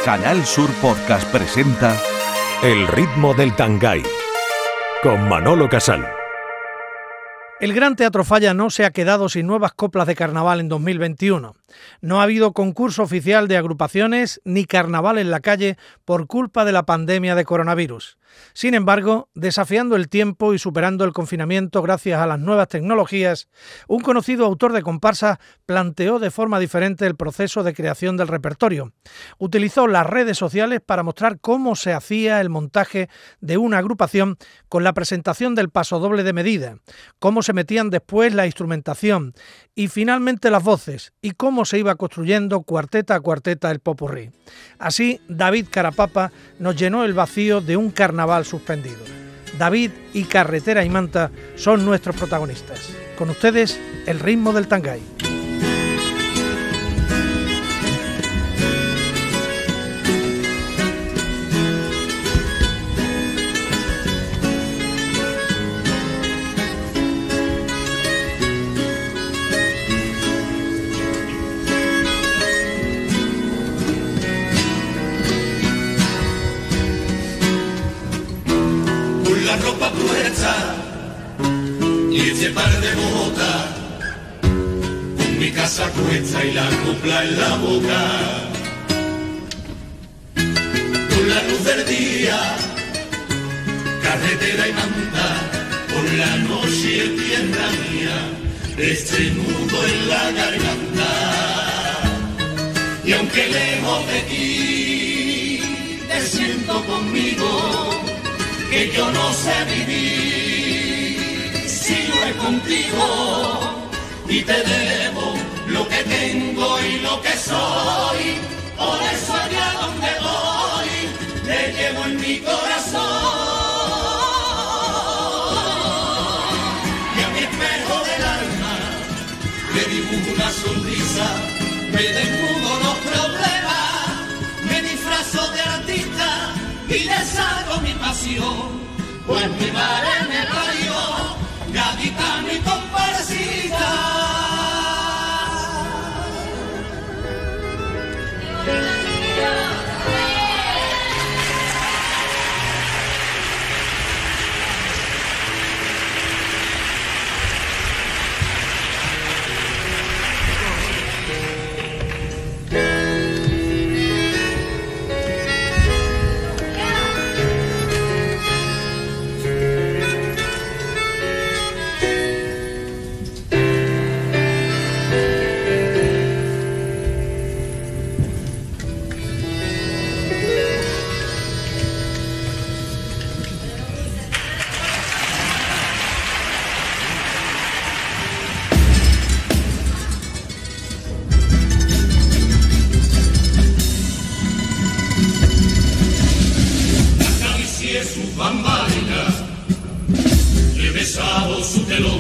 Canal Sur Podcast presenta El ritmo del Tangay, con Manolo Casal. El Gran Teatro Falla no se ha quedado sin nuevas coplas de carnaval en 2021. No ha habido concurso oficial de agrupaciones ni carnaval en la calle por culpa de la pandemia de coronavirus. Sin embargo, desafiando el tiempo y superando el confinamiento gracias a las nuevas tecnologías, un conocido autor de comparsas planteó de forma diferente el proceso de creación del repertorio. Utilizó las redes sociales para mostrar cómo se hacía el montaje de una agrupación con la presentación del pasodoble de medida, cómo se metían después la instrumentación y finalmente las voces y cómo se iba construyendo cuarteta a cuarteta el popurrí. Así, David Carapapa nos llenó el vacío de un carnaval suspendido. David y Carretera y Manta son nuestros protagonistas. Con ustedes, el ritmo del Tangay. Ropa puesta y ese par de botas, con mi casa puesta y la copla en la boca, con la luz del día, carretera y manta, por la noche tierra mía, este nudo en la garganta, y aunque lejos de ti te siento conmigo, que yo no sé vivir si no es contigo, y te debo lo que tengo y lo que soy, por eso allá donde voy te llevo en mi corazón, y a mi espejo del alma le dibujo una sonrisa, me desnudo los problemas, me disfrazo de artista y deshago mi pasión, pues mi madre me parió, gaditano y comparsita. Su bambaina, he besado su telón,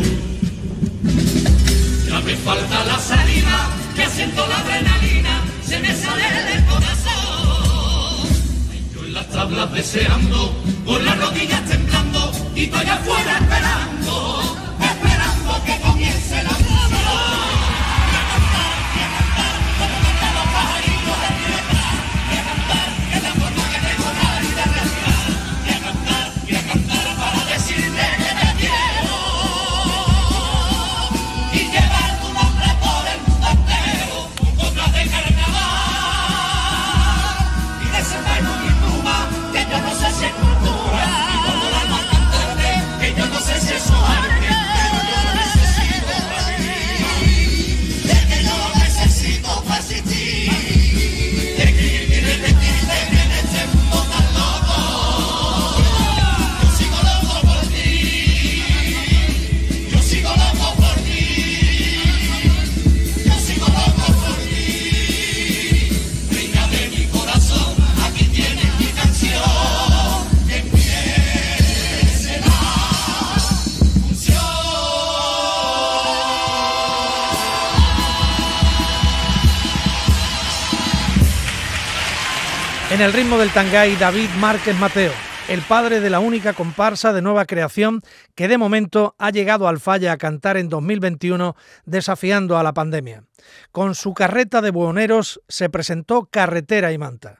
ya me falta la saliva, ya siento la adrenalina, se me sale del corazón, yo en las tablas deseando, con las rodillas temblando, y estoy afuera esperando, esperando que comience la música. En el ritmo del Tangay, David Márquez Mateo, el padre de la única comparsa de nueva creación que de momento ha llegado al Falla a cantar en 2021 desafiando a la pandemia. Con su carreta de buhoneros se presentó Carretera y Manta.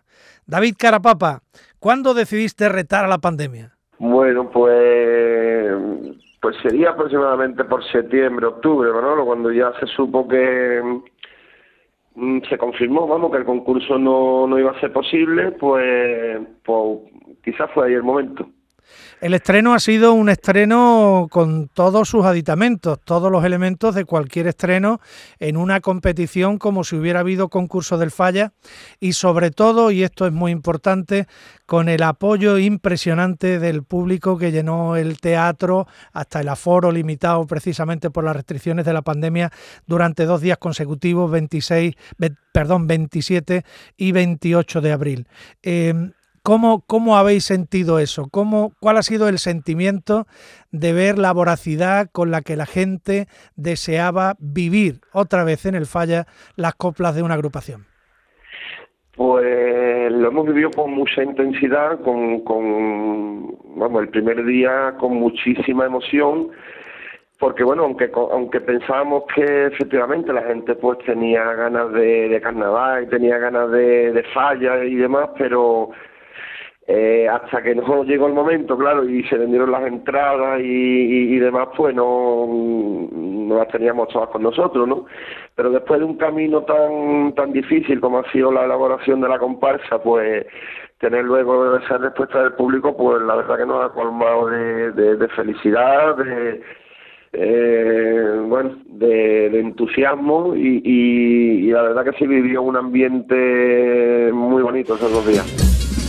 David Carapapa, ¿cuándo decidiste retar a la pandemia? Bueno, pues sería aproximadamente por septiembre, octubre, Manolo, cuando ya se supo que se confirmó, que el concurso no iba a ser posible, pues quizás fue ahí el momento. El estreno ha sido un estreno con todos sus aditamentos, todos los elementos de cualquier estreno en una competición como si hubiera habido concurso del Falla y sobre todo, y esto es muy importante, con el apoyo impresionante del público que llenó el teatro hasta el aforo limitado precisamente por las restricciones de la pandemia durante 2 días consecutivos, 27 y 28 de abril. ¿Cómo habéis sentido eso? ¿Cuál ha sido el sentimiento de ver la voracidad con la que la gente deseaba vivir otra vez en el Falla las coplas de una agrupación? Pues lo hemos vivido con mucha intensidad, el primer día con muchísima emoción, porque aunque pensábamos que efectivamente la gente pues tenía ganas de carnaval y tenía ganas de Falla y demás, pero hasta que no llegó el momento, claro, y se vendieron las entradas y demás, pues no las teníamos todas con nosotros, ¿no? Pero después de un camino tan difícil como ha sido la elaboración de la comparsa, pues tener luego esa respuesta del público, pues la verdad que nos ha colmado de felicidad, de entusiasmo y la verdad que se vivió un ambiente muy bonito esos 2 días.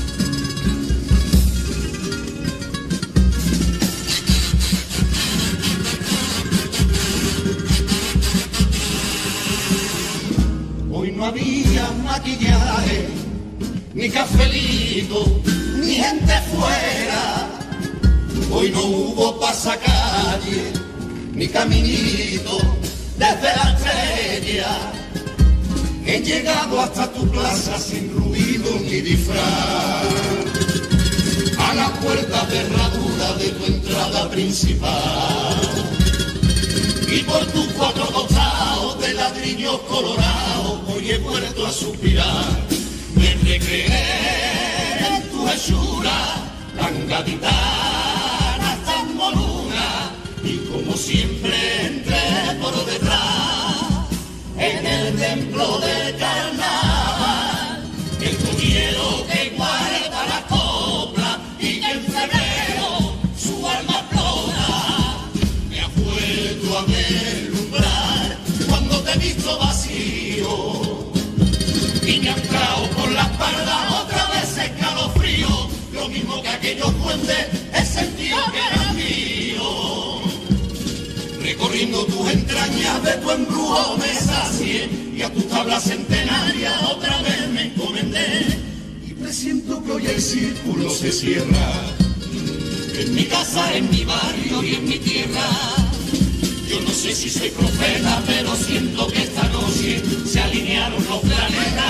No había maquillaje, ni cafelito, ni gente fuera. Hoy no hubo pasacalle, ni caminito desde la estrella. He llegado hasta tu plaza sin ruido ni disfraz. A la puerta de herradura de tu entrada principal. Y por tus 4 costados de ladrillos colorados hoy he vuelto a suspirar. Me recreé en tu hechura, tan gaditana, tan moluna, y como siempre entré por detrás en el templo del carnaval. El comiero que guarda la copla y que en febrero su alma explota. Me ha vuelto a deslumbrar cuando te he visto vacío y me ha entrado por la espalda otra vez escalofrío. Lo mismo que aquellos duendes he sentido que eran míos. Recorriendo tus entrañas de tu embrujo me sacié y a tus tablas centenarias otra vez me encomendé. Y presiento que hoy el círculo se cierra en mi casa, en mi barrio y en mi tierra. Yo no sé si soy profeta, pero siento que esta noche se alinearon los planetas.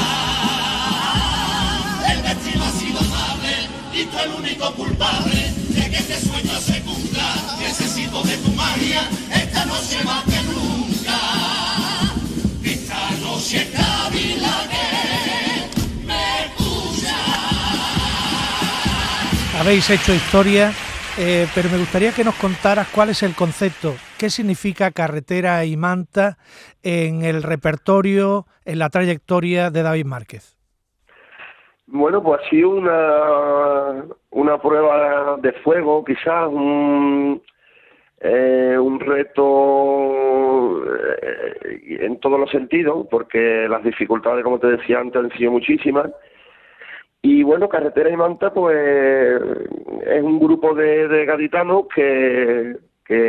El destino ha sido amable y tú el único culpable de que este sueño se cumpla. Necesito de tu magia esta noche más que nunca. Esta noche cabila que me escucha. Habéis hecho historia, pero me gustaría que nos contaras cuál es el concepto, qué significa Carretera y Manta en el repertorio, en la trayectoria de David Márquez. Bueno, pues ha sido una prueba de fuego, quizás un reto en todos los sentidos, porque las dificultades, como te decía antes, han sido muchísimas. Y bueno, Carretera y Manta, pues es un grupo de gaditanos que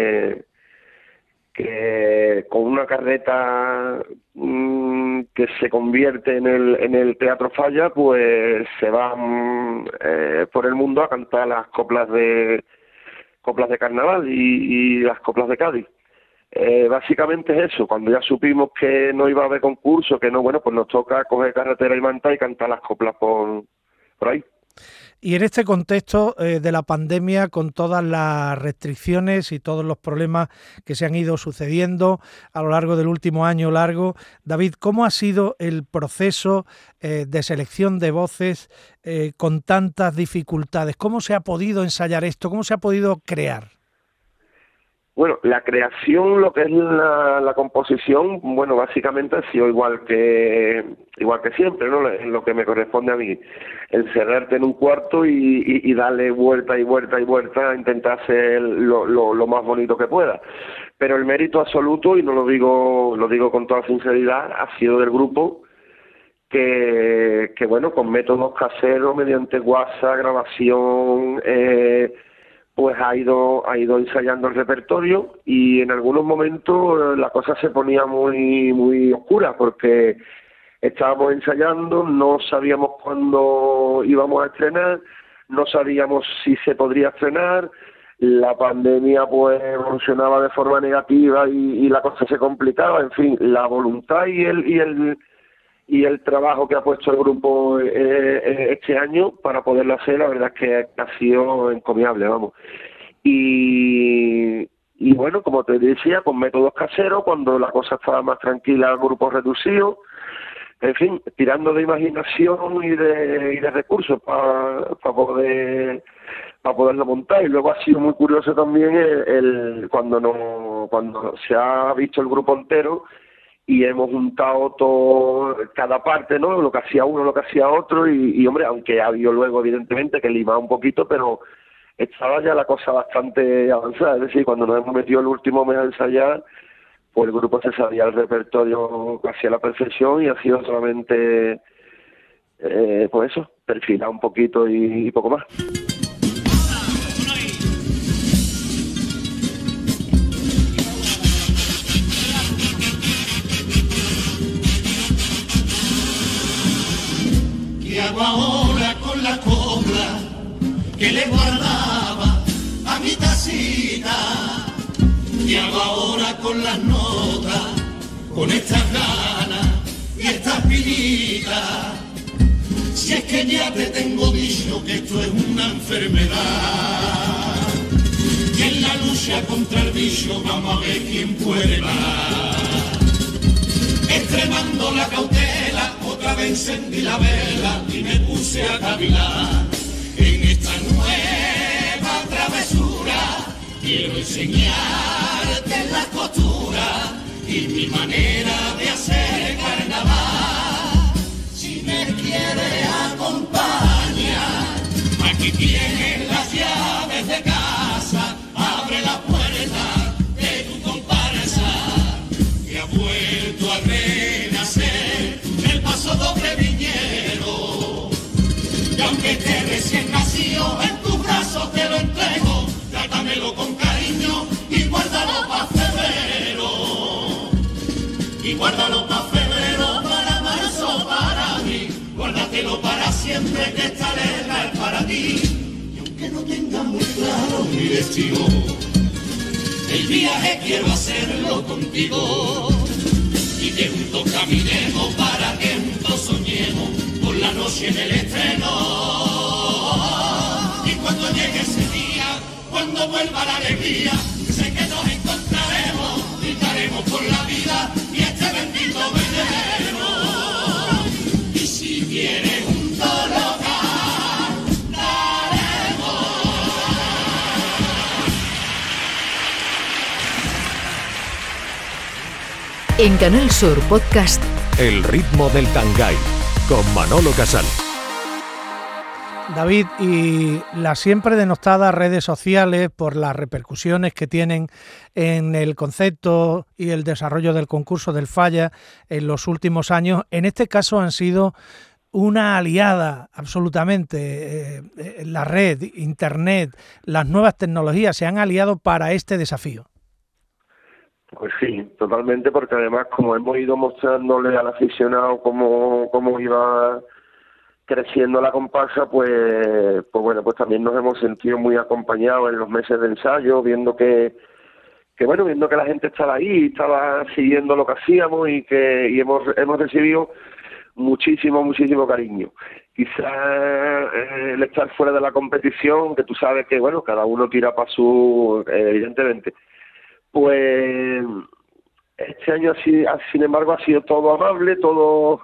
con una carreta que se convierte en el Teatro Falla, pues se van por el mundo a cantar las coplas de carnaval y las coplas de Cádiz. Básicamente es eso. Cuando ya supimos que no iba a haber concurso, que no, bueno, pues nos toca coger Carretera y Manta y cantar las coplas por ahí. Y en este contexto de la pandemia, con todas las restricciones y todos los problemas que se han ido sucediendo a lo largo del último año largo, David, ¿cómo ha sido el proceso de selección de voces con tantas dificultades? ¿Cómo se ha podido ensayar esto? ¿Cómo se ha podido crear? Bueno, la creación, lo que es la composición, bueno, básicamente ha sido igual que siempre, ¿no? Lo que me corresponde a mí, encerrarte en un cuarto y darle vuelta y vuelta y vuelta a intentar hacer lo más bonito que pueda. Pero el mérito absoluto, y no lo digo con toda sinceridad, ha sido del grupo que bueno, con métodos caseros, mediante WhatsApp, grabación, pues ha ido ensayando el repertorio, y en algunos momentos la cosa se ponía muy muy oscura porque estábamos ensayando, no sabíamos cuándo íbamos a estrenar, no sabíamos si se podría estrenar, la pandemia pues evolucionaba de forma negativa y la cosa se complicaba. En fin, la voluntad y el trabajo que ha puesto el grupo este año para poderlo hacer, la verdad es que ha sido encomiable, vamos. Y bueno, como te decía, con métodos caseros, cuando la cosa estaba más tranquila, grupos reducidos, en fin, tirando de imaginación y de recursos para poderlo montar. Y luego ha sido muy curioso también cuando se ha visto el grupo entero y hemos juntado cada parte, ¿no? Lo que hacía uno, lo que hacía otro, y hombre, aunque ha habido luego evidentemente que limar un poquito, pero estaba ya la cosa bastante avanzada. Es decir, cuando nos hemos metido el último mes a ensayar, pues el grupo se sabía el repertorio casi a la perfección, y ha sido solamente pues eso, perfilar un poquito y poco más. ¿Qué hago ahora con la copla que le guardaba a mi tacita? ¿Qué hago ahora con las notas, con estas ganas y estas pilitas? Si es que ya te tengo dicho que esto es una enfermedad, y en la lucha contra el bicho vamos a ver quién puede más. Extremando la cautela, otra vez encendí la vela y me puse a cavilar. En esta nueva travesura quiero enseñarte la costura y mi manera de hacer carnaval. Si me quieres acompañar, aquí tienes las llaves de casa. Abre la puerta de tu comparsa, que ha vuelto a renacer el paso doble viñero. Y aunque esté recién nacido, en tus brazos te lo entrego. Trátamelo con cariño y guárdalo pa' febrero. Y guárdalo pa' febrero, para marzo, para mí. Guárdatelo para siempre, que esta letra es para ti. Y aunque no tenga muy claro mi destino, el viaje quiero hacerlo contigo. Y que juntos caminemos, para que juntos soñemos por la noche en el estreno. Y cuando llegue ese día, cuando vuelva la alegría, sé que nos encontraremos, gritaremos por la vida y este bendito veneno. Y si quieres juntos lo cantaremos. En Canal Sur Podcast, El ritmo del Tangay, con Manolo Casal. David, y las siempre denostadas redes sociales por las repercusiones que tienen en el concepto y el desarrollo del concurso del Falla en los últimos años, en este caso han sido una aliada absolutamente. La red, Internet, las nuevas tecnologías se han aliado para este desafío. Pues sí, totalmente, porque además como hemos ido mostrándole al aficionado cómo iba creciendo la comparsa, pues bueno, pues también nos hemos sentido muy acompañados en los meses de ensayo, viendo que la gente estaba ahí, estaba siguiendo lo que hacíamos y hemos recibido muchísimo cariño. Quizás el estar fuera de la competición, que tú sabes que, bueno, cada uno tira para su, evidentemente. Pues este año, sin embargo, ha sido todo amable, todo,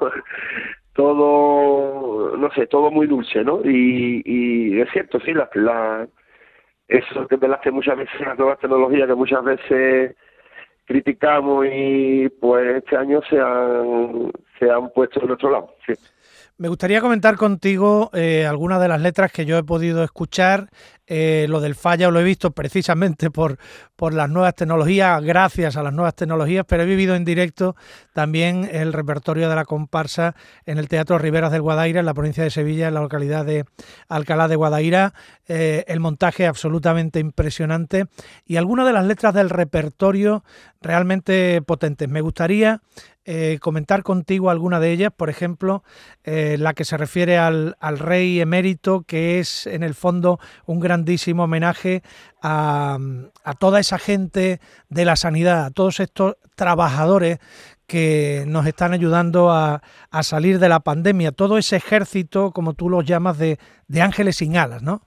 no sé, todo muy dulce, ¿no? Y es cierto, sí, eso que velaste muchas veces, las nuevas tecnologías que muchas veces criticamos, y pues este año se han puesto de nuestro lado, sí. Me gustaría comentar contigo algunas de las letras que yo he podido escuchar. Lo del Falla lo he visto precisamente por las nuevas tecnologías, gracias a las nuevas tecnologías, pero he vivido en directo también el repertorio de la comparsa en el Teatro Riberas del Guadaira, en la provincia de Sevilla, en la localidad de Alcalá de Guadaira. El montaje absolutamente impresionante y algunas de las letras del repertorio realmente potentes. Me gustaría comentar contigo alguna de ellas, por ejemplo, la que se refiere al rey emérito, que es en el fondo un grandísimo homenaje a toda esa gente de la sanidad, a todos estos trabajadores que nos están ayudando a salir de la pandemia, todo ese ejército, como tú los llamas, de ángeles sin alas, ¿no?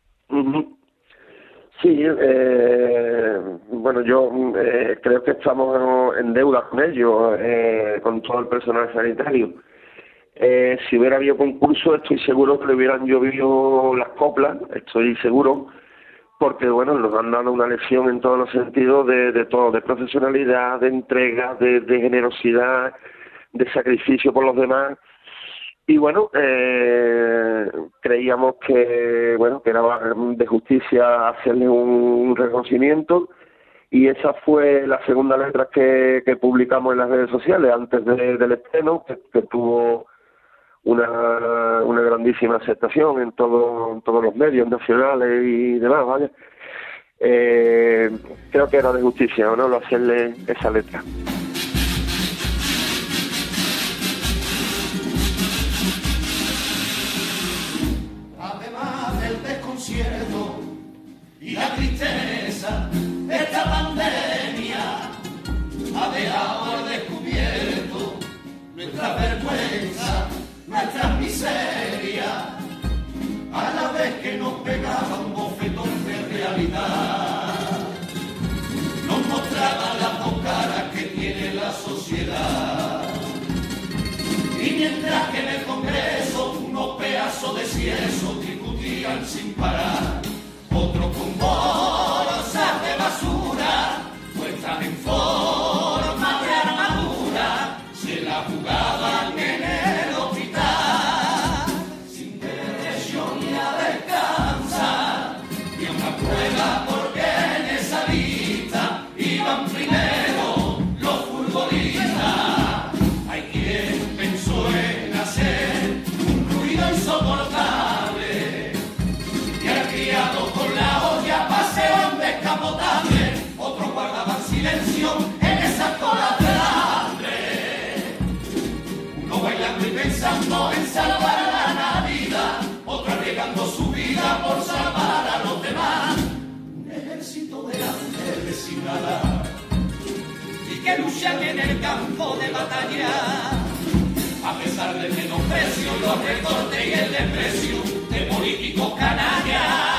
Sí, bueno, yo creo que estamos en deuda con ellos, con todo el personal sanitario. Si hubiera habido concurso, estoy seguro que le hubieran llovido las coplas, estoy seguro, porque bueno, nos han dado una lección en todos los sentidos de todo, de profesionalidad, de entrega, de generosidad, de sacrificio por los demás. Y bueno, creíamos que era de justicia hacerle un reconocimiento, y esa fue la segunda letra que publicamos en las redes sociales antes del estreno, que tuvo una grandísima aceptación en todos los medios nacionales y demás, ¿vale? Creo que era de justicia, ¿no?, hacerle esa letra. Y la tristeza de esta pandemia ha dejado al descubierto nuestra vergüenza, nuestras miserias, a la vez que nos pegaba un bofetón de realidad. Nos mostraba las dos caras que tiene la sociedad. Y mientras que en el Congreso unos pedazos de cieso discutían sin parar, otros con bolsas de basura, puestas en forma de armadura, se la jugaban en el hospital, sin derecho ni a descansar, ni a una prueba, porque en esa lista iban primero los futbolistas. Hay quien pensó en hacer un ruido insoportable, y ha criado con la olla pasean descapotable, otros guardaban silencio en esas colas de hambre. Uno bailando y pensando en salvar a la Navidad, otro arriesgando su vida por salvar a los demás. Un ejército de ángeles sin nada, y que luchan en el campo de batalla, a pesar del menosprecio, los recortes y el desprecio de políticos canallas.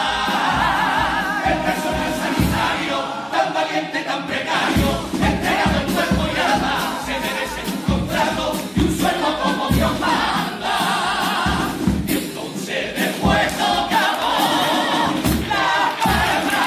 El personal sanitario, tan valiente, tan precario, entregado en cuerpo y alma, se merece un contrato y un sueldo como Dios manda. Y entonces después tocamos la guerra.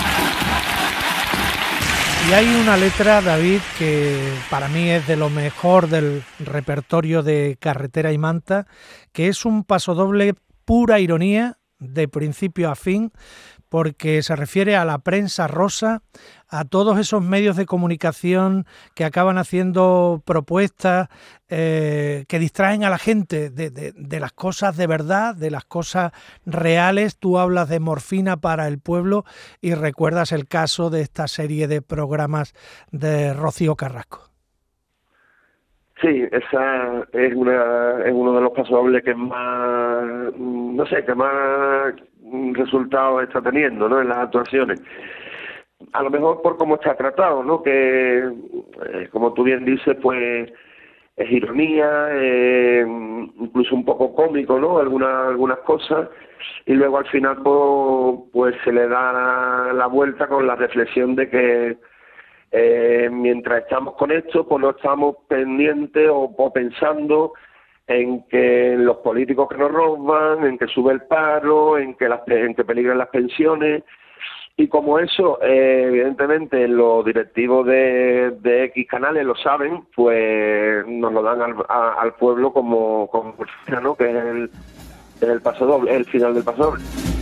Y hay una letra, David, que para mí es de lo mejor del repertorio de Carretera y Manta, que es un pasodoble pura ironía de principio a fin, porque se refiere a la prensa rosa, a todos esos medios de comunicación que acaban haciendo propuestas que distraen a la gente de las cosas de verdad, de las cosas reales. Tú hablas de morfina para el pueblo y recuerdas el caso de esta serie de programas de Rocío Carrasco. Sí, esa es uno de los pasodobles que más, no sé, que más resultados está teniendo, ¿no?, en las actuaciones. A lo mejor por cómo está tratado, ¿no?, que como tú bien dices, pues ironía, incluso un poco cómico, ¿no? Algunas cosas, y luego al final pues se le da la vuelta con la reflexión de que mientras estamos con esto, pues no estamos pendientes o pensando en que los políticos que nos roban, en que sube el paro, en que peligran las pensiones, y como eso, evidentemente los directivos de X canales lo saben, pues nos lo dan al pueblo como ¿no? Que es el paso doble, el final del paso doble.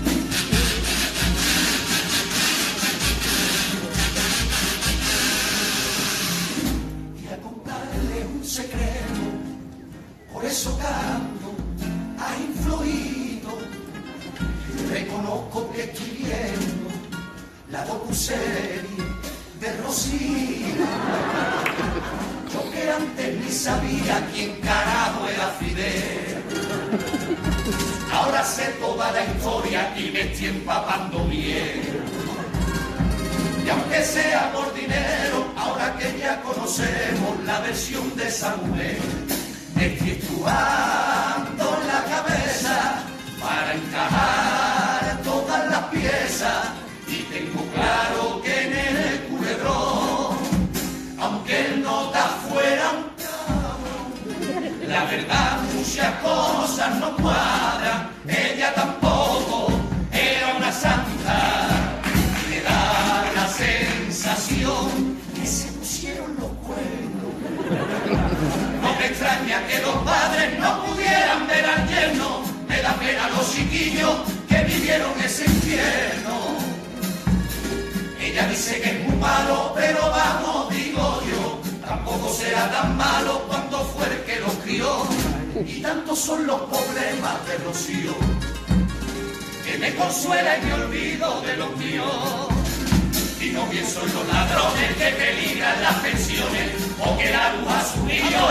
Por eso canto, ha influido. Reconozco que estoy viendo la docuserie de Rocío. Yo que antes ni sabía quién carajo era Fidel. Ahora sé toda la historia y me estoy empapando bien. Y aunque sea por dinero, ahora que ya conocemos la versión de esa mujer, estoy estudiando la cabeza para encajar todas las piezas y tengo claro que en el culebrón, aunque el nota fuera un cabrón, la verdad muchas cosas no cuadran, ella tampoco era una santa, me da la sensación que se pusieron los cuernos. No me extraña que los padres no pudieran ver al yerno, me da pena los chiquillos que vivieron ese infierno. Ella dice que es muy malo, pero vamos, digo yo, tampoco será tan malo cuando fue el que los crió. Y tantos son los problemas de Rocío, que me consuela y me olvido de los míos. Y no pienso en los ladrones que peligran las pensiones o que la luz ha subido.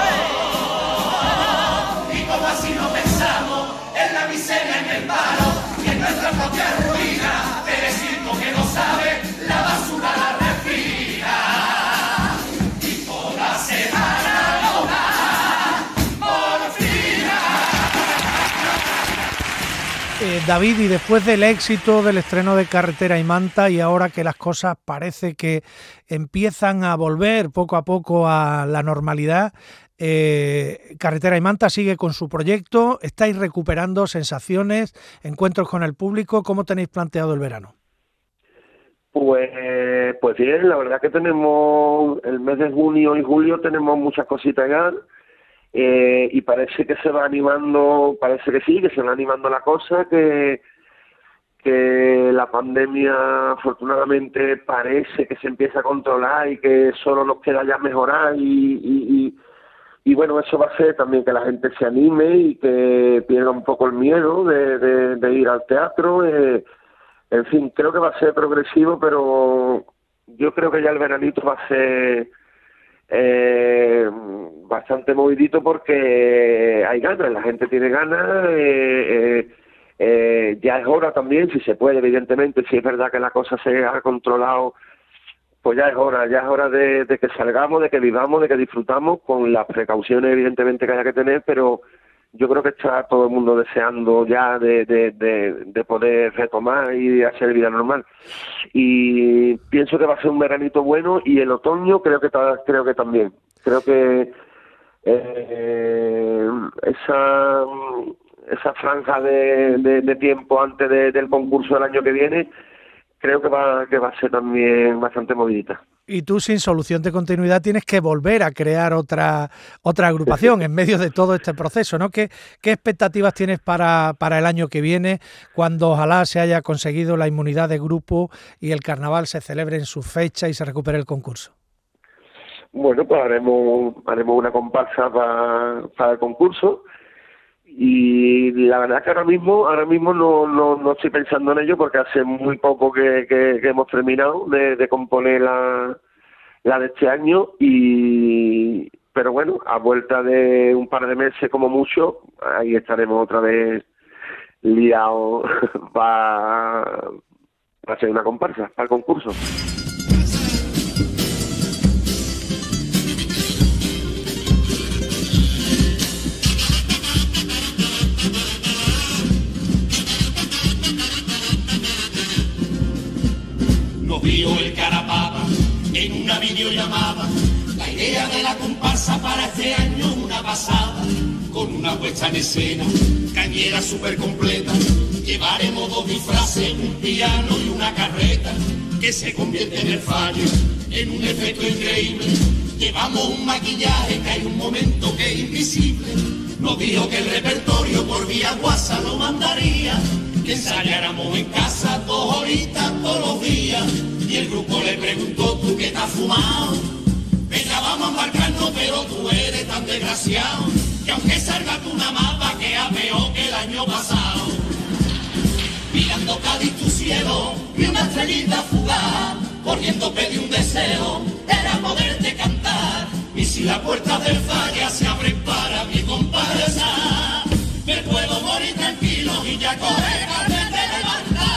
Y como así no pensamos en la miseria, en el paro y en nuestra propia ruina, Teresito que no sabe, la basura la respira. Y toda semana loca, morfina. David, y después del éxito del estreno de Carretera y Manta, y ahora que las cosas parece que empiezan a volver poco a poco a la normalidad, Carretera y Manta sigue con su proyecto, estáis recuperando sensaciones, encuentros con el público, ¿cómo tenéis planteado el verano? Pues bien, la verdad que tenemos el mes de junio y julio tenemos muchas cositas ya, y parece que se va animando, parece que sí, que se va animando la cosa, que la pandemia afortunadamente parece que se empieza a controlar y que solo nos queda ya mejorar y bueno, eso va a hacer también que la gente se anime y que pierda un poco el miedo de ir al teatro. En fin, creo que va a ser progresivo, pero yo creo que ya el veranito va a ser bastante movidito porque hay ganas, la gente tiene ganas. Ya es hora también, si se puede, evidentemente, si es verdad que la cosa se ha controlado, pues ya es hora de que salgamos, de que vivamos, de que disfrutamos, con las precauciones evidentemente que haya que tener, pero yo creo que está todo el mundo deseando ya de poder retomar y hacer vida normal. Y pienso que va a ser un veranito bueno, y el otoño creo que también. Creo que esa franja de tiempo antes del concurso del año que viene, creo que va a ser también bastante movidita. Y tú, sin solución de continuidad, tienes que volver a crear otra agrupación en medio de todo este proceso, ¿no? ¿Qué expectativas tienes para el año que viene, cuando ojalá se haya conseguido la inmunidad de grupo y el carnaval se celebre en su fecha y se recupere el concurso? Bueno, pues haremos una comparsa para el concurso. Y la verdad es que ahora mismo no estoy pensando en ello, porque hace muy poco que hemos terminado de componer la de este año, pero bueno, a vuelta de un par de meses como mucho, ahí estaremos otra vez liados para hacer una comparsa para el concurso. nos vio el carapapa en una videollamada. La idea de la comparsa para este año una pasada, con una puesta en escena, cañera súper completa. Llevaremos 2 disfraces, un piano y una carreta, que se convierte en el fallo, en un efecto increíble. Llevamos un maquillaje que hay un momento que es invisible. Nos dijo que el repertorio por vía WhatsApp lo mandaría, que ensayáramos en casa 2 horitas todos los días. Y el grupo le preguntó, ¿tú qué te has fumado? Venga, vamos a embarcarnos, pero tú eres tan desgraciado, que aunque salga tú una mapa que ha peor que el año pasado. Mirando Cádiz tu cielo, vi una estrellita fugaz, corriendo pedí un deseo, era poderte cantar. Y si la puerta del falla se abre para mi comparsa, me puedo morir tranquilo y ya coger carne de levantar.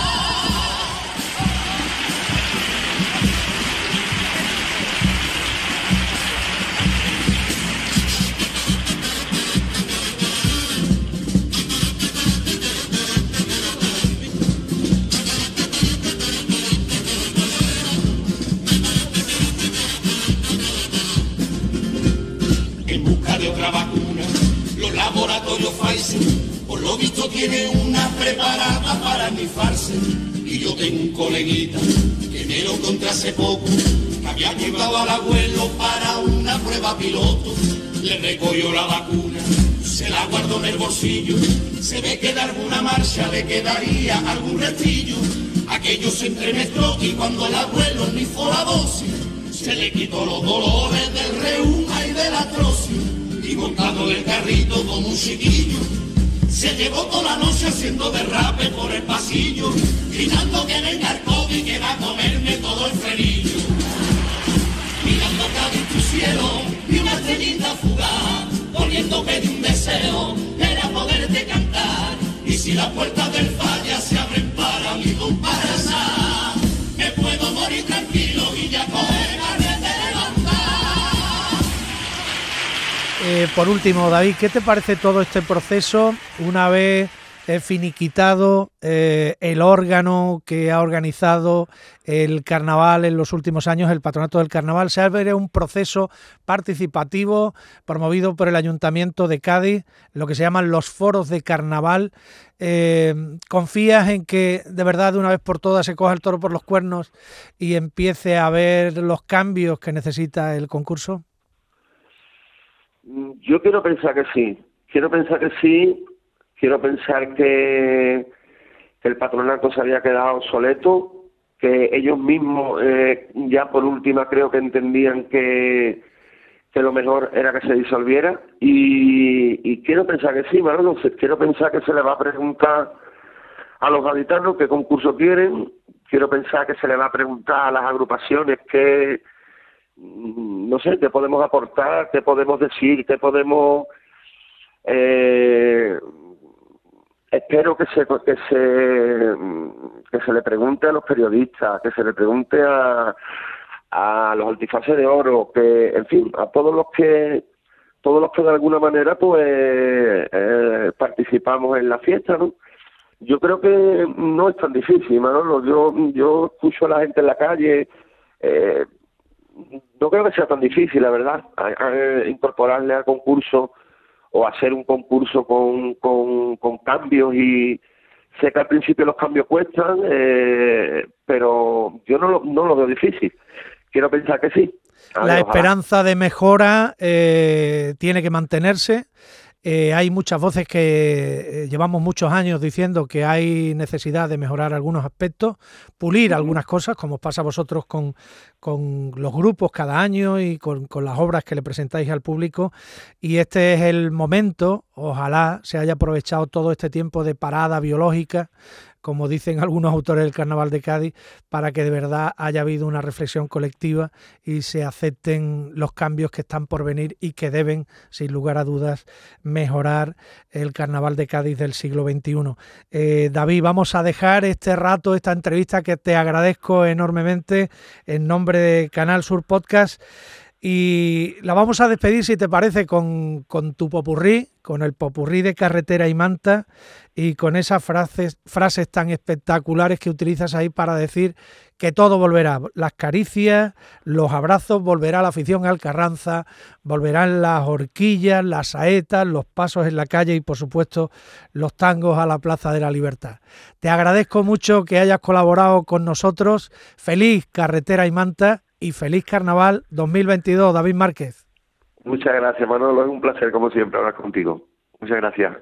Otra vacuna, los laboratorios Pfizer, por lo visto tiene una preparada para rifarse. Y yo tengo un coleguita que me lo encontré hace poco, que había llevado al abuelo para una prueba piloto. Le recogió la vacuna, se la guardó en el bolsillo, se ve que de alguna marcha le quedaría algún restillo. Aquello se entremezcló y cuando el abuelo rifó la dosis, se le quitó los dolores del reuma y de la artrosis. Y montado en el carrito como un chiquillo, se llevó toda la noche haciendo derrape por el pasillo, gritando que venga el COVID, que va a comerme todo el frenillo. Mirando Cádiz tu cielo, vi una estrellita fugaz, poniendo pedí un deseo, era poderte cantar. Y si las puertas del falla se abren para mi comparsa, me puedo morir tranquilo y ya coger carne de levantar. Por último, David, ¿qué te parece todo este proceso una vez finiquitado el órgano que ha organizado el carnaval en los últimos años, el Patronato del Carnaval? Se abre un proceso participativo promovido por el Ayuntamiento de Cádiz, lo que se llaman los foros de carnaval. ¿Confías en que de verdad de una vez por todas se coja el toro por los cuernos y empiece a ver los cambios que necesita el concurso? Yo quiero pensar que sí. Quiero pensar que el patronato se había quedado obsoleto, que ellos mismos ya por última creo que entendían que lo mejor era que se disolviera, y quiero pensar que sí, Manolo. Quiero pensar que se le va a preguntar a los gaditanos qué concurso quieren, quiero pensar que se le va a preguntar a las agrupaciones qué, no sé, qué podemos aportar, qué podemos decir, qué podemos... espero que se le pregunte a los periodistas, que se le pregunte a los antifaces de oro, que, en fin, a todos los que de alguna manera pues participamos en la fiesta, ¿no? Yo creo que no es tan difícil, Manolo. Yo escucho a la gente en la calle, no creo que sea tan difícil, la verdad, incorporarle al concurso o hacer un concurso con cambios. Y sé que al principio los cambios cuestan, pero yo no lo veo difícil. Quiero pensar que sí. La esperanza de mejora tiene que mantenerse. Hay muchas voces que llevamos muchos años diciendo que hay necesidad de mejorar algunos aspectos, pulir algunas cosas, como os pasa a vosotros con los grupos cada año y con las obras que le presentáis al público. Y este es el momento, ojalá se haya aprovechado todo este tiempo de parada biológica, como dicen algunos autores del Carnaval de Cádiz, para que de verdad haya habido una reflexión colectiva y se acepten los cambios que están por venir y que deben, sin lugar a dudas, mejorar el Carnaval de Cádiz del siglo XXI. David, vamos a dejar este rato, esta entrevista, que te agradezco enormemente en nombre de Canal Sur Podcast. y la vamos a despedir, si te parece, con tu popurrí, con el popurrí de Carretera y Manta y con esas frases tan espectaculares que utilizas ahí para decir que todo volverá, las caricias, los abrazos, volverá la afición al Carranza, volverán las horquillas, las saetas, los pasos en la calle y por supuesto los tangos a la Plaza de la Libertad. Te agradezco mucho que hayas colaborado con nosotros. Feliz Carretera y Manta y feliz Carnaval 2022, David Márquez. Muchas gracias, Manolo, es un placer como siempre hablar contigo. Muchas gracias.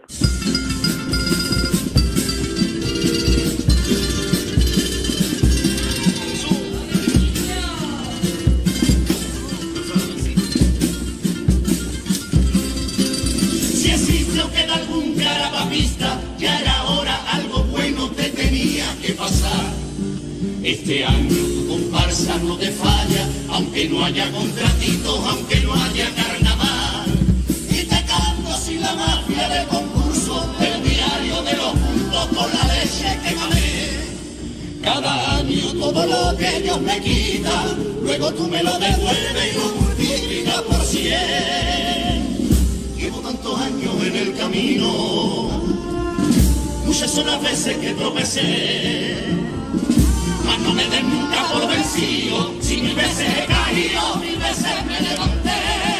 Si existe o queda algún carabapista, ya era hora, algo bueno te tenía que pasar. Este año tu comparsa no te falla, aunque no haya contratitos, aunque no haya carnaval. Y te canto sin la mafia del concurso, del diario de los puntos por la leche que gané. Cada año todo lo que ellos me quitan, luego tú me lo devuelves y lo multiplicas por 100. Llevo tantos años en el camino, muchas son las veces que tropecé. Mas no me den nunca por vencido, si 1000 veces he caído, 1000 veces me levanté.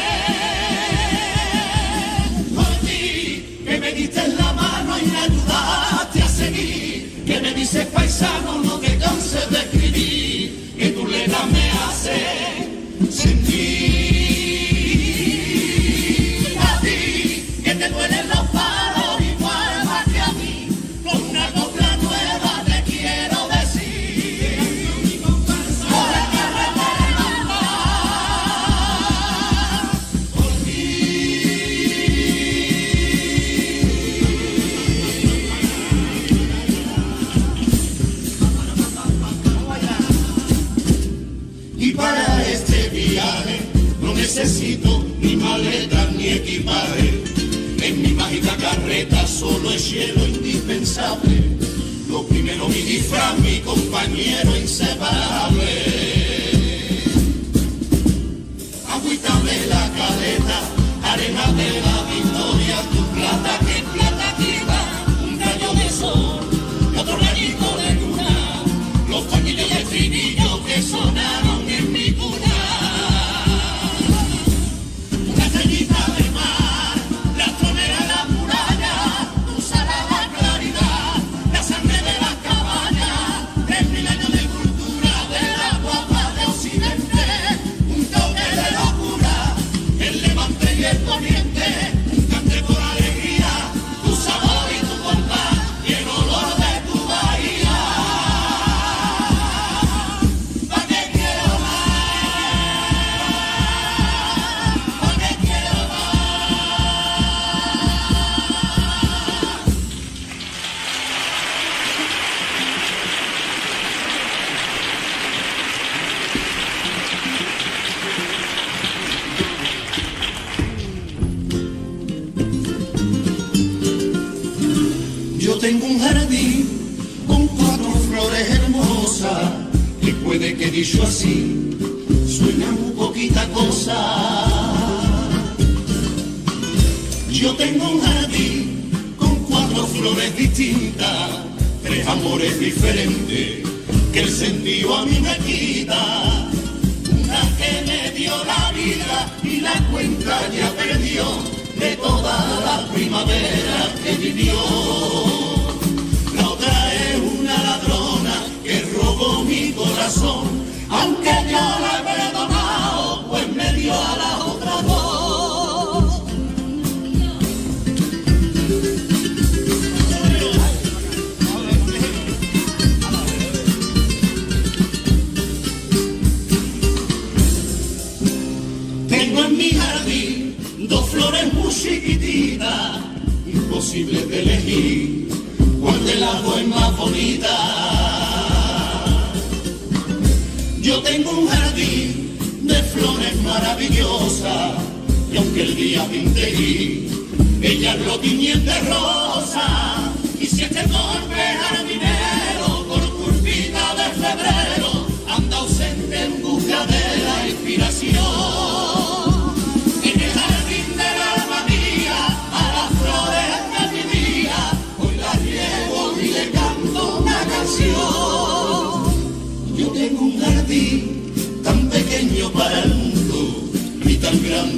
Por ti, que me diste la mano y me ayudaste a seguir, que me dices paisano, no te canses de escribir, que tu letra me hace sentir. A ti, que te duelen los palos igual más que a mí, con una copla nueva te quiero decir. Para este viaje no necesito ni maletas ni equipaje. En mi mágica carreta solo es hielo indispensable. Lo primero mi disfraz, mi compañero inseparable. Agüita de la caleta, arena de la victoria, tu plata que plata quita, un rayo de sol, otro rayito de luna, los pañillos de estribillo que sonaron en mi cuna. Una estrellita de mar, la tronera de la muralla, tu salada claridad, la sangre de las cabañas, 3000 años de cultura de la guapa de Occidente, un toque de locura, el levante y el poniente, un cante por alegría, tu sabor y tu compás y el olor de tu bahía. ¿Pa' qué quiero más? ¿Pa' qué quiero más? Yo tengo un jardín con 4 flores hermosas, que puede que dicho así suena muy poquita cosa. Yo tengo un jardín con 4 flores distintas, 3 amores diferentes que el sentido a mí me quita. Una que me dio la vida y la cuenta ya perdió de toda la primavera que vivió. La otra es una ladrona que robó mi corazón, aunque yo la he perdonado, pues me dio a las otras dos. Tengo en mi jardín 2 flores muy chiquititas, imposibles de elegir cuál de las dos es más bonita. Yo tengo un jardín de flores maravillosas, y aunque el día pinte gris, ellas lo tiñen de rosa. Y si este golpe jardinero por culpita de febrero anda ausente en busca de la inspiración,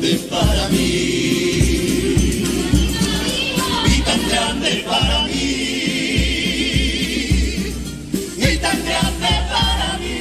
grande para mí, y tan grande para mí, y tan grande para mí.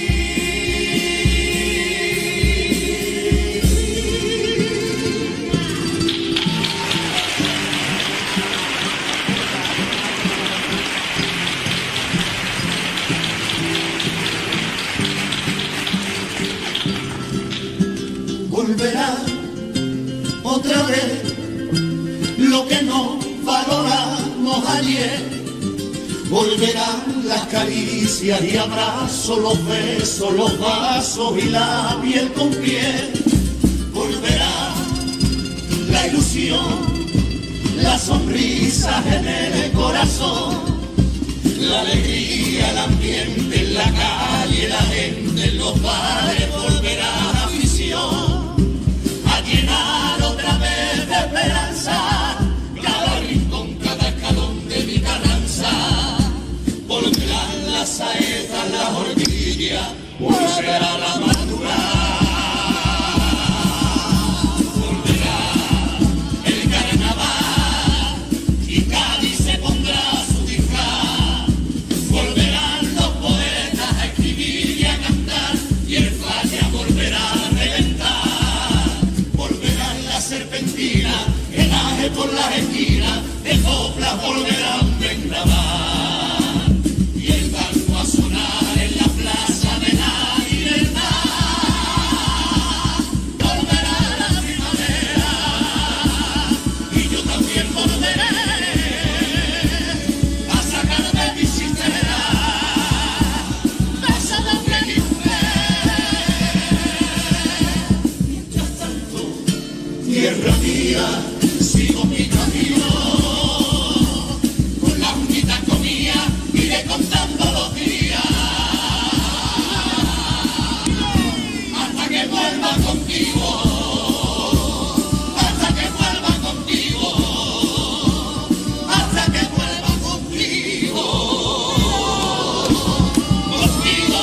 Volverá otra vez lo que no valoramos ayer. Volverán las caricias y abrazos, los besos, los vasos y la piel con piel. Volverá la ilusión, las sonrisas en el corazón, la alegría, el ambiente en la calle, la gente en los bares. Volverá la afición a llenar otra vez de esperanza cada rincón, cada escalón de mi carranza. Volverán las saetas, las horquillas, volverá la madrugada. Volverá el carnaval y Cádiz se pondrá su disfraz. Volverán los poetas a escribir y a cantar y el falla volverá a reventar. Volverán las serpentinas, el aje por las esquinas, de coplas volverán vendaval. Y el barco a sonar en la plaza de la libertad. Volverá la primavera y yo también volveré a sacar de mi cisterna casa de hombre y mujer. Mientras tanto, tierra mía, sigo mi camino, con la unita comía, iré contando los días, hasta que vuelva contigo, hasta que vuelva contigo, hasta que vuelva contigo, contigo.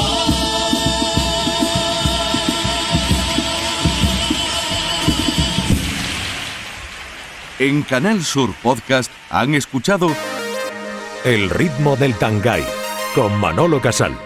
En Canal Sur Podcast han escuchado El ritmo del Tangay con Manolo Casal.